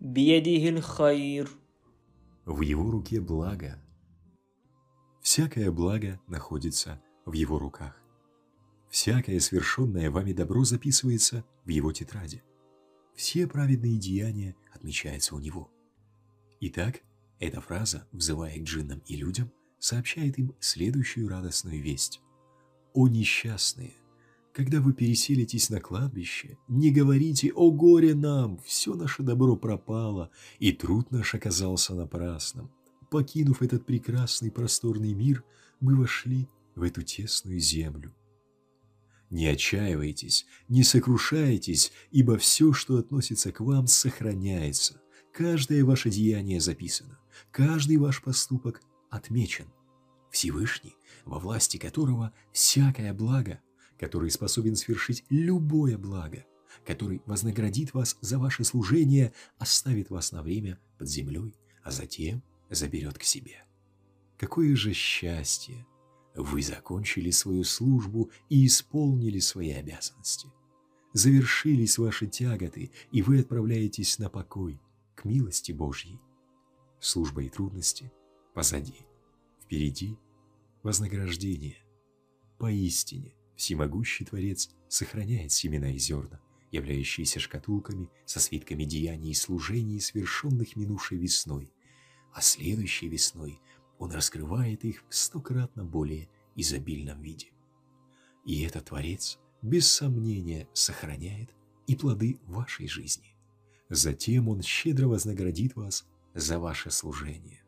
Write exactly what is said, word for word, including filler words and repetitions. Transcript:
بيده الخير. В его руке благо. Всякое благо находится в его руках. Всякое совершенное вами добро записывается в его тетради. Все праведные деяния отмечаются у него. Итак, эта фраза, взывая к джиннам и людям, сообщает им следующую радостную весть. «О несчастные! Когда вы переселитесь на кладбище, не говорите «О горе нам! Все наше добро пропало, и труд наш оказался напрасным». Покинув этот прекрасный просторный мир, мы вошли в эту тесную землю. Не отчаивайтесь, не сокрушайтесь, ибо все, что относится к вам, сохраняется. Каждое ваше деяние записано, каждый ваш поступок отмечен. Всевышний, во власти которого всякое благо, который способен свершить любое благо, который вознаградит вас за ваше служение, оставит вас на время под землей, а затем заберет к себе. Какое же счастье! Вы закончили свою службу и исполнили свои обязанности. Завершились ваши тяготы, и вы отправляетесь на покой, к милости Божьей. Служба и трудности позади, впереди вознаграждение. Поистине, всемогущий Творец сохраняет семена и зерна, являющиеся шкатулками со свитками деяний и служений, совершенных минувшей весной, а следующей весной Он раскрывает их в стократно более изобильном виде. И этот Творец, без сомнения, сохраняет и плоды вашей жизни. Затем Он щедро вознаградит вас за ваше служение.